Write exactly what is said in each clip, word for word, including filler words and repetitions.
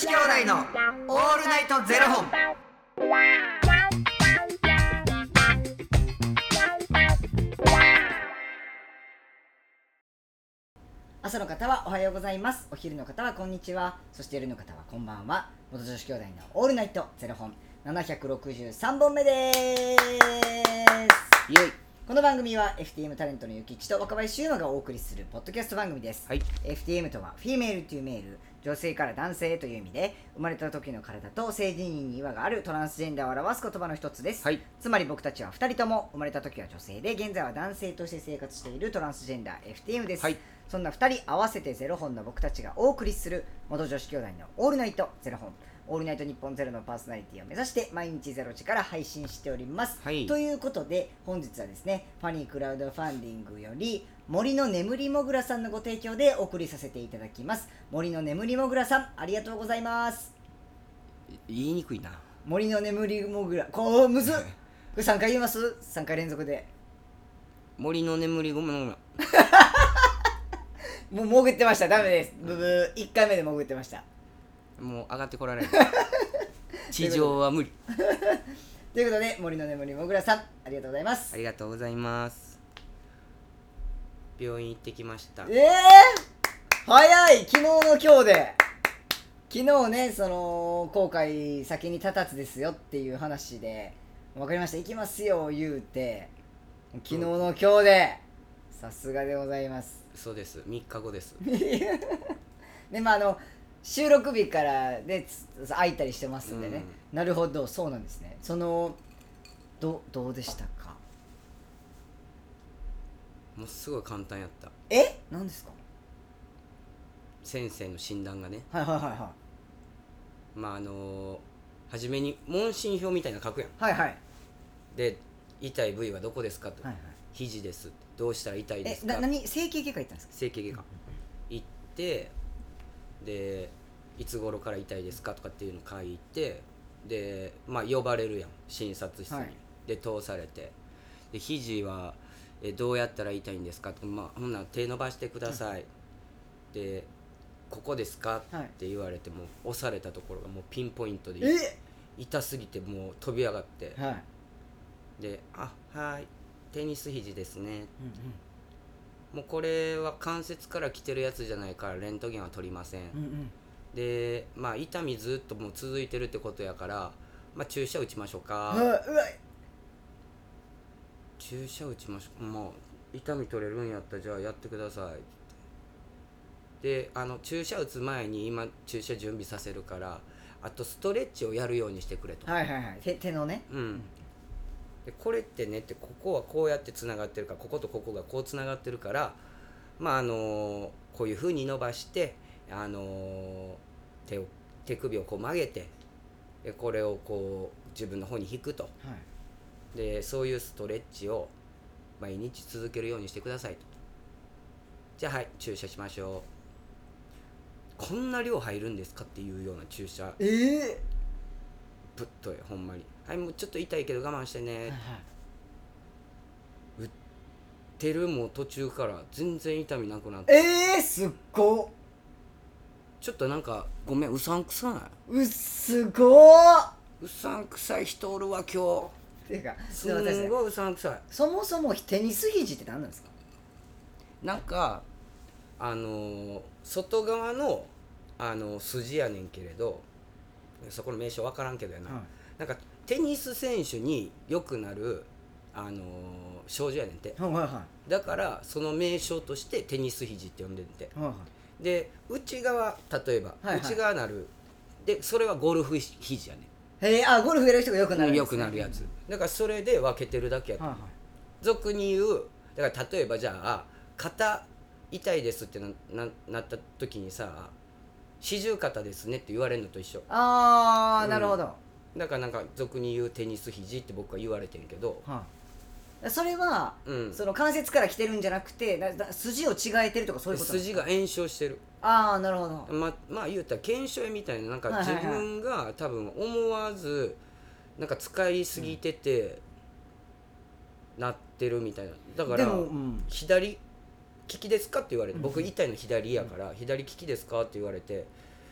子兄弟のオールナイトゼロ本。 朝の方はおはようございます。お昼の方はこんにちは。そして夜の方はこんばんは。元女子兄弟のオールナイトゼロ本ななひゃくろくじゅうさんぼんめです。イエイ。この番組は エフティーエム タレントのゆきちと若林優馬がお送りするポッドキャスト番組です、はい、エフティーエム とはフィメールというメール、女性から男性へという意味で、生まれた時の体と性自認に違和があるトランスジェンダーを表す言葉の一つです、はい、つまり僕たちはふたりとも生まれた時は女性で現在は男性として生活しているトランスジェンダー エフティーエム です、はい、そんなふたり合わせてゼロ本の僕たちがお送りする元女子兄弟のオールナイトゼロ本、オールナイト日本ゼロのパーソナリティを目指して毎日ゼロ時から配信しております、はい、ということで本日はですね、ファニークラウドファンディングより森の眠りもぐらさんのご提供でお送りさせていただきます。森の眠りもぐらさん、ありがとうございます。 言いにくいな。 森の眠りもぐら、こうむずっこれさんかい言います。さんかい連続で森の眠りごめんごめんもう潜ってました。ダメです。ブブー。いっかいめで潜ってました。 もう上がってこられる地上は無理ということで森の眠りもぐらさん、ありがとうございます。 ありがとうございます。病院行ってきました。 えー、早い。昨日の今日で昨日ね、その後悔先に立たずですよっていう話で、分かりました行きますよ言うて、昨日の今日でさすがでございます。 そうです、みっかごですで、まああの収録日からで空いたりしてますんでね、うん、なるほど、そうなんですね。そのど, どうでしたか。 もうすごい簡単やった。 え、何ですか。 先生の診断がね、 はいはいはいはい。 まああの初めに問診票みたいなの書くやん。 はいはい。で痛い部位はどこですかと、はいはい、肘です。どうしたら痛いですか。 え、な何整形外科行ったんですか。 整形外科行って、でいつ頃から痛いですかとかっていうのを書いて、でまあ呼ばれるやん診察室に、はい、で通されて、で肘はえどうやったら痛いんですかと、まあ、ほんなら手伸ばしてください、はい、でここですか、はい、って言われても押されたところがもうピンポイントで痛すぎてもう飛び上がって、はい、であはいテニス肘ですね、うんうん、もうこれは関節から来てるやつじゃないからレントゲンは取りません、うんうん、でまあ痛みずっともう続いてるってことやから、まあ、注射打ちましょうか。うわ注射打ちましょう、まあ痛み取れるんやったらじゃあやってください。であの注射打つ前に今注射準備させるからあとストレッチをやるようにしてくれと。 はいはいはい、手, 手のね、 うん、でこれってねってここはこうやってつながってるから、こことここがこうつながってるから、まああのこういう風に伸ばしてあの 手, を手首をこう曲げて、でこれをこう自分の方に引くと、はい、でそういうストレッチを毎日続けるようにしてくださいと。じゃあはい注射しましょう。こんな量入るんですかっていうような注射、 えー、 ぶっといほんまに。はいもうちょっと痛いけど我慢してね、はいはい、打ってるもう途中から全然痛みなくなって、 えー、すっごっ。 ちょっとなんかごめんうさんくさない。 うっすごー。 うさんくさい人おるわ今日。 ていうかすんごいうさんくさい。 そもそもテニス肘って何なんですか。 なんかあのー、外側のあの筋やねんけれど、そこの名称分からんけどやな、はい、なんかテニス選手によくなるあのー、症状やねんて、はいはいはい、だからその名称としてテニス肘って呼んでんて、はいはい、で内側例えば、はいはい、内側なるでそれはゴルフ肘やねん。 へえ、あゴルフやる人がよくなるやつ、ね、 よくなるやつだからそれで分けてるだけやと、はいはい、俗に言うだから例えばじゃあ肩痛いですって な, な, なった時にさ四十肩ですねって言われるのと一緒。 ああ、うん、なるほど。 だからなんか俗に言うテニス肘って僕は言われてんけど、はあ、それは、うん、その関節から来てるんじゃなくて筋を違えてるとかそういうことなんですか。 筋が炎症してる。 ああなるほど。 ままあ言うたら腱鞘炎みたいななんか自分が多分思わずなんか使いすぎててなってるみたいな。だから、うん、左利きですかって言われて、僕痛いの左やから、うん、左利きですかって言われて、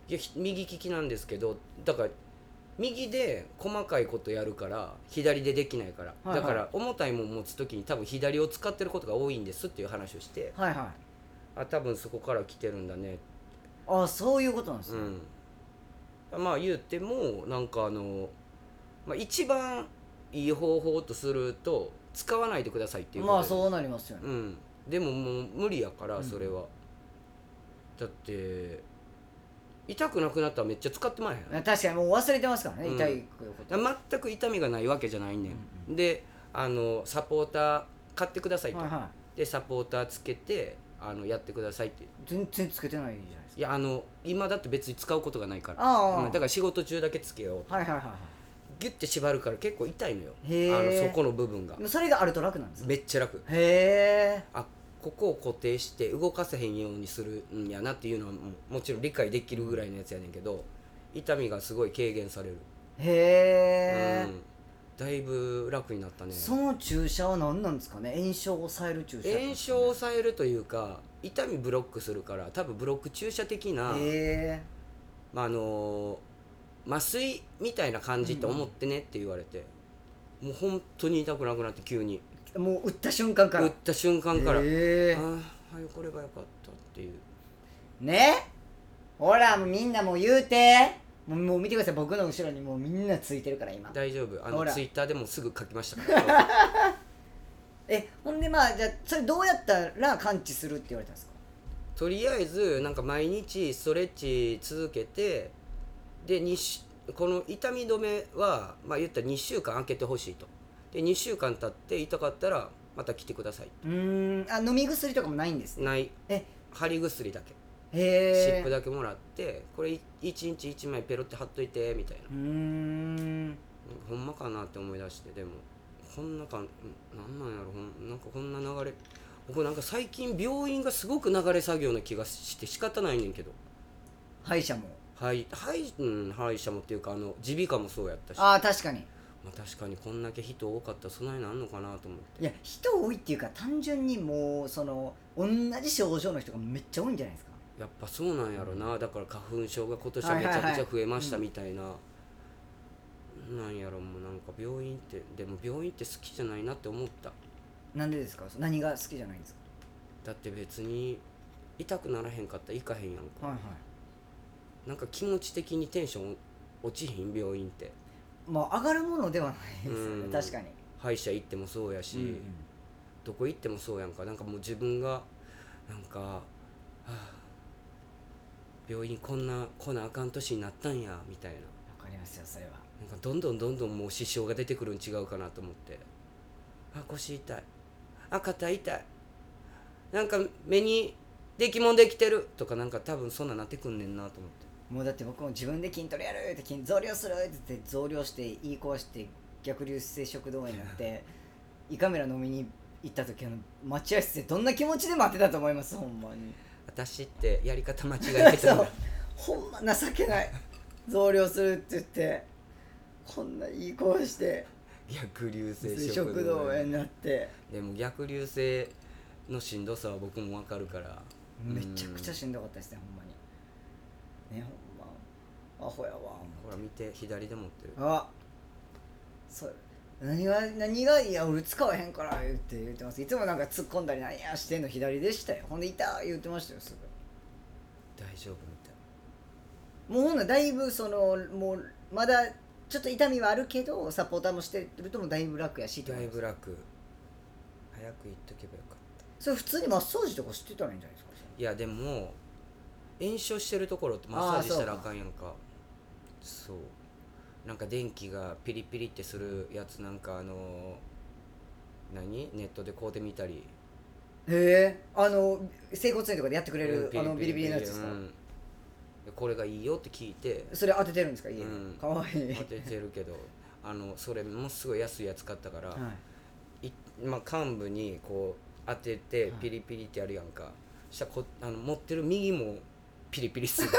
いやひ右利きなんですけど、だから右で細かいことやるから左でできないから、 はいはいだから重たいもん持つ時に多分左を使ってることが多いんですっていう話をして、 はいはい。 あ多分そこから来てるんだね。 あ、そういうことなんですね。 うんまあ言ってもなんかあの、まあ、一番いい方法とすると使わないでくださいっていうことでまあそうなりますよね。 うんでももう無理やからうんそれは、だって痛くなくなったらめっちゃ使ってまえへん、 確かにもう忘れてますからね、 うん痛いこと。 全く痛みがないわけじゃないねん、 うんであのサポーター買ってくださいと、 はいはでサポーターつけてあのやってくださいってい。全然つけてないじゃないですか。 いやあの今だって別に使うことがないから、 ああ、 うんだから仕事中だけつけよう、 はいはいはいはギュッて縛るから結構痛いのよ、 へーあのそこの部分がい。それがあると楽なんですか。 めっちゃ楽。 へえ。 あここを固定して動かせへんようにするんやなっていうのはももちろん理解できるぐらいのやつやねんけど、痛みがすごい軽減される、 へえ、 うんだいぶ楽になったね。 その注射は何なんですかね。炎症を抑える注射。 炎症を抑えるというか痛みブロックするから多分ブロック注射的な、 へまああの麻酔みたいな感じって思ってねって言われて、もう本当に痛くなくなって急にえ、もう打った瞬間から。 打った瞬間から、あへあはいこればよかったっていう。 え。ね。ほらもうみんなもう言うて。もうもう見てください、僕の後ろにもうみんなついてるから今。 大丈夫あほらのツイッターでもすぐ書きましたからえ、ほんでまあじゃあそれどうやったら完治するって言われたんですか。 とりあえずなんか毎日ストレッチ続けて、でにしこの痛み止めはまあ言ったらにしゅうかん空けてほしいと。でにしゅうかん経って痛かったらまた来てください。 うーん、あ、飲み薬とかもないんですね。 ないえ、 貼り薬だけ、 へえ。 湿布だけもらってこれいいちにちいちまいペロって貼っといてみたいな、 うーん。 ほんまかなって思い出して、でもこんなかんなんなんやろ、ほんなんかこんな流れ、僕なんか最近病院がすごく流れ作業な気がして仕方ないねんけど、 歯医者も。 はいはいうん歯医者もっていうかあの耳鼻科もそうやったし、 ああ確かに。 まあ、確かにこんだけ人多かったらそないなんのかなと思って。 いや人多いっていうか単純にもうその同じ症状の人がめっちゃ多いんじゃないですか。 やっぱそうなんやろな、だから花粉症が今年はめちゃくちゃ増えましたみたいな、なんやろ、もうなんか病院ってでも病院って好きじゃないなって思った。 なんでですか。何が好きじゃないんですだって別に痛くならへんかったら行かへんやんか、 か。はいはい。 なんか気持ち的にテンション落ちひん病院って。 まあ上がるものではないですよね、 うん確かに。 歯医者行ってもそうやし、 うんうんどこ行ってもそうやんか。なんかもう自分がなんか、はあ、病院こんな来なあかん年になったんやみたいな、 わかりますよそれは。 なんかどんどんどんどんもう支障が出てくるん違うかなと思って、あ腰痛い、あ肩痛い、なんか目にできもんできてるとか、なんか多分そんななってくんねんなと思って。 もうだって僕も自分で筋トレやるって筋増量するって言って増量して言い壊して逆流性食道炎になって胃カメラ飲みに行った時の待合室でどんな気持ちで待ってたと思います。ほんまに私ってやり方間違えてたんそうだほんま情けない。増量するって言ってこんな言い壊して逆流性食食道炎道炎になってでも逆流性のしんどさは僕も分かるから、 めちゃくちゃしんどかったですねほんまにね。ほんまアホやわ。 ほら見て左で持ってる。 あそう何が何がいや俺使わへんから言って言ってます。いつもなんか突っ込んだり何やしてんの左でしたよ。ほんでいた言ってましたよす大丈夫みたい。 ぐ。もうほんならだいぶそのもうまだちょっと痛みはあるけどサポーターもしてるともだいぶ楽やしってだ思います。 いぶ楽。早く言っとけばよかった。 それ普通にマッサージとかしてたらいいんじゃないですか。 いやでも炎症してるところってマッサージしたらあかんやんか。そうなんか電気がピリピリってするやつ、なんかあの何ネットで買うてみたり、 へえ、あの整骨院とかでやってくれる、 うんあのビリビリのやつですか。 うんでこれがいいよって聞いてそれ当ててるんですか家で。 うんかわいい。 当ててるけどあのそれもすごい安いやつ買ったから、 はいいまあ、幹部にこう当ててはいピリピリってやるやんか、したらこあの持ってる右もピリピリする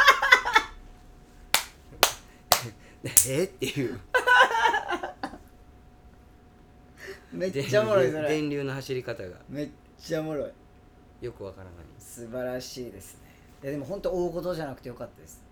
えっていうめっちゃおもろいそれ。 電流の走り方がめっちゃおもろい。 よくわからない。 素晴らしいですね。いやでも本当大事じゃなくてよかったです。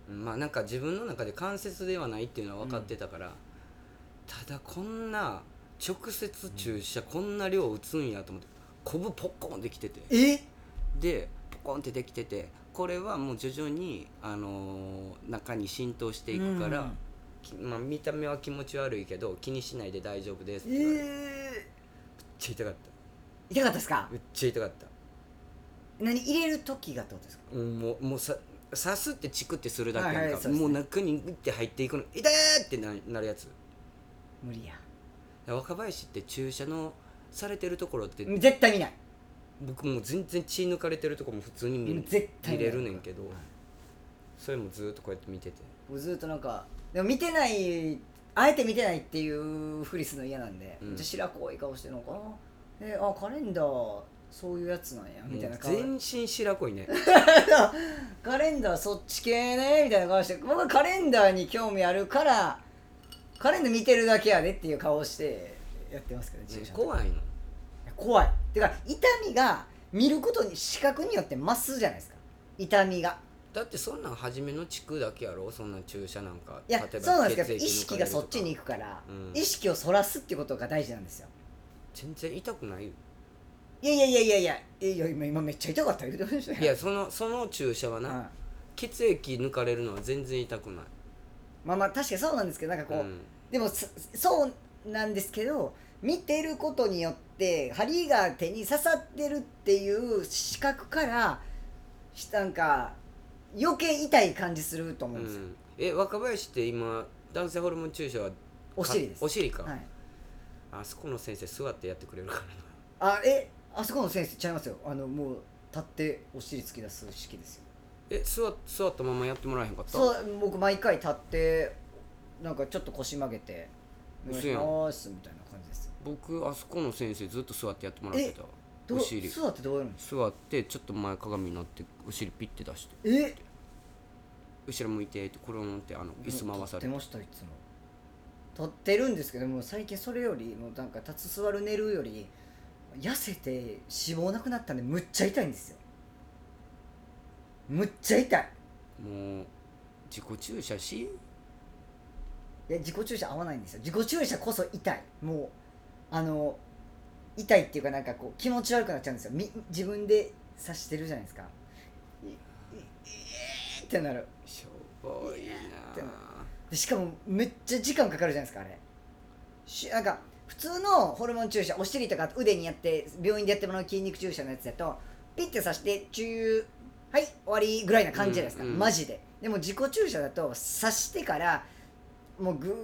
まあなんか自分の中で間接ではないっていうのは分かってたから、うん、ただこんな直接注射こんな量打つんやと思って、コブポッコンできてて、 えでポコンってできてて、これはもう徐々に、あのー、中に浸透していくから、うん、まあ、見た目は気持ち悪いけど気にしないで大丈夫ですって言われて、えー、めっちゃ痛かった。 痛かったですか？ めっちゃ痛かった。 何入れる時がってことですか？ うん、もうもうさ刺すってチクってするだけやんか、 はいはい、 もう中にグッて入っていくの痛ーってななるやつ。 無理や。 若林って注射のされてるところって絶対見ない。 僕もう全然血抜かれてるところも普通に 見, 絶対見れるねんけど、はい、それもずっとこうやって見てて、 ずっとなんかでも見てない、あえて見てないっていうふりするの嫌なんで、うん、じゃ白濃い顔してるのかな、えー、あカレンダーそういうやつなんやみたいな顔、 全身白濃いねカレンダーそっち系ねみたいな顔して、僕はカレンダーに興味あるからカレンダー見てるだけやでっていう顔してやってますけど、 ね、怖いの怖いてか痛みが見ることに視覚によって増すじゃないですか、痛みが。 だってそんなん初めの地区だけやろ、そんな注射なんか。 いやそうなんですけど意識がそっちに行くから、うん、意識をそらすっていうことが大事なんですよ。 全然痛くないよ。 いやいやいやいやいやいや今めっちゃ痛かったよ。 いやそのその注射はな、うん、血液抜かれるのは全然痛くない。 まあまあ確かにそうなんですけど、なんかこう、うん、でもそうなんですけど、見てることによって針が手に刺さってるっていう視覚からなんか余計痛い感じすると思うんですよ、うん、 え若林って今男性ホルモン注射はお尻です。 お尻か、 はい、 あそこの先生座ってやってくれるからなあ。えあそこの先生ちゃいますよ、あのもう立ってお尻突き出す式ですよ。 え座座ったままやってもらえへんかった？ そう僕毎回立ってなんかちょっと腰曲げてお願いしますみたいな感じです。 僕あそこの先生ずっと座ってやってもらってた。お尻座ってどうやるんですか？ 座ってちょっと前かがみになってお尻ピッて出して、 え後ろ向いてってこれを持ってあの椅子回されて。 立ってました。いつも立ってるんですけども、最近それよりもなんか立つ座る寝るより痩せて脂肪なくなったんでむっちゃ痛いんですよ。むっちゃ痛い。 もう自己注射し、いや自己注射合わないんですよ。自己注射こそ痛い。もうあの痛いっていうかなんかこう気持ち悪くなっちゃうんですよ。み自分で刺してるじゃないですか。いいいってなる。 しょぼいなでしかもめっちゃ時間かかるじゃないですかあれ。しなんか普通のホルモン注射お尻とか腕にやって病院でやってもらう筋肉注射のやつだとピッて刺してチューはい終わりぐらいな感じじゃないですか、うんうん、マジで。でも自己注射だと刺してからもうグ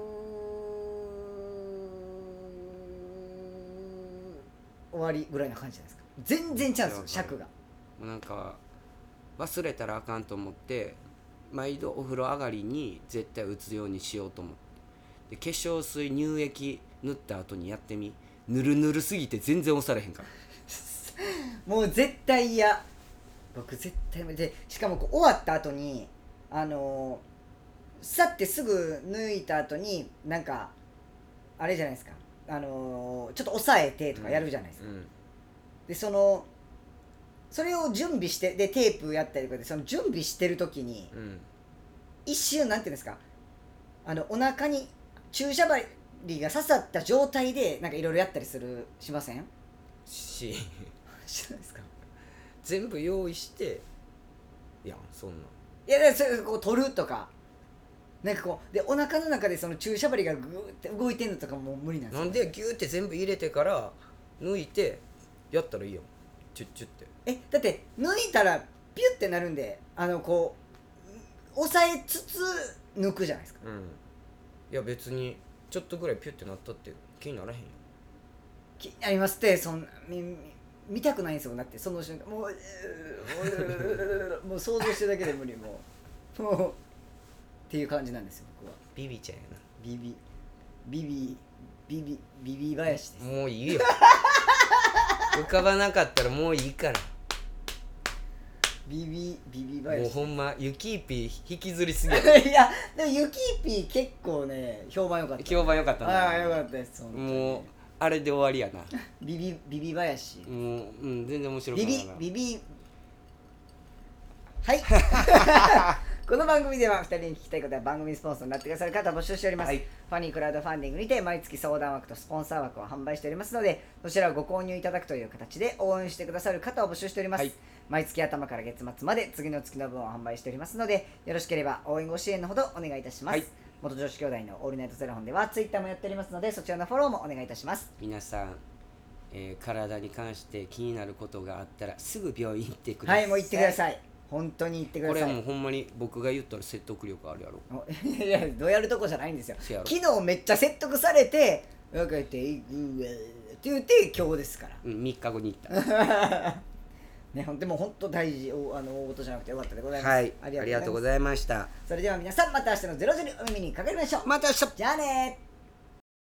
ー終わりぐらいな感じじゃないですか。全然ちゃうんですよ尺が。 なんか忘れたらあかんと思って毎度お風呂上がりに絶対打つようにしようと思って、で化粧水乳液塗った後にやってみ、ぬるぬるすぎて全然押されへんからもう絶対嫌。僕絶対でしかもこう終わった後にあのー、さってすぐ抜いた後になんかあれじゃないですか、あのー、ちょっと押さえてとかやるじゃないですか、うんうん、でそのそれを準備してでテープやったりとかでその準備してる時に、うん、一瞬なんていうんですか、あのお腹に注射針が刺さった状態でなんかいろいろやったりするしません？ ししないですか？ 全部用意していやそんな、 いやそれこう取るとかなんかこうでお腹の中でその注射針がグーって動いてんのとかもう無理なんですよ。 なんでギューって全部入れてから抜いてやったらいいよ、チュッチュって。 えだって抜いたらピュッてなるんで、あのこう押さえつつ抜くじゃないですか。 うん。いや別にちょっとぐらいピュッてなったって気にならへんよ。 気になりますって。そんなみ見たくないんですよ。だってその瞬間もうもう想像してるだけで無理。もうもうっていう感じなんですよ僕は。 ビビちゃんやな。 ビビビビビビビビ林です。 もういいよ浮かばなかったらもういいから。 ビビビビ林。 もうほんまユキーピー引きずりすぎやいやでもユキーピー結構ね評判良かった。 評判良かったな。 ああ良かったです。 もうあれで終わりやなビビビビ林。 もう、うん、全然面白くないな。 ビビビビはいこの番組ではふたりに聞きたいことや番組スポンサーになってくださる方を募集しております、 はい、 ファニークラウドファンディングにて毎月相談枠とスポンサー枠を販売しておりますので、そちらをご購入いただくという形で応援してくださる方を募集しております、はい、毎月頭から月末まで次の月の分を販売しておりますので、よろしければ応援ご支援のほどお願いいたします、はい、元女子兄弟のオールナイトゼロ本ではツイッターもやっておりますので、そちらのフォローもお願いいたします。 皆さん、えー、体に関して気になることがあったらすぐ病院行ってください。 はい、もう行ってください。本当に言ってください。 これはもうほんまに僕が言ったら説得力あるやろ。 いやどうやるとこじゃないんですよ。昨日めっちゃ説得されて分かっていくって言って今日ですから、 うん、みっかごに行ったね、ほんでも本当大事、おあの大事じゃなくてよかったでございます。 はい、ありがとうございました。 それでは皆さんまた明日のゼロ時にお耳にかかりましょう。 また明日。 じゃあねー。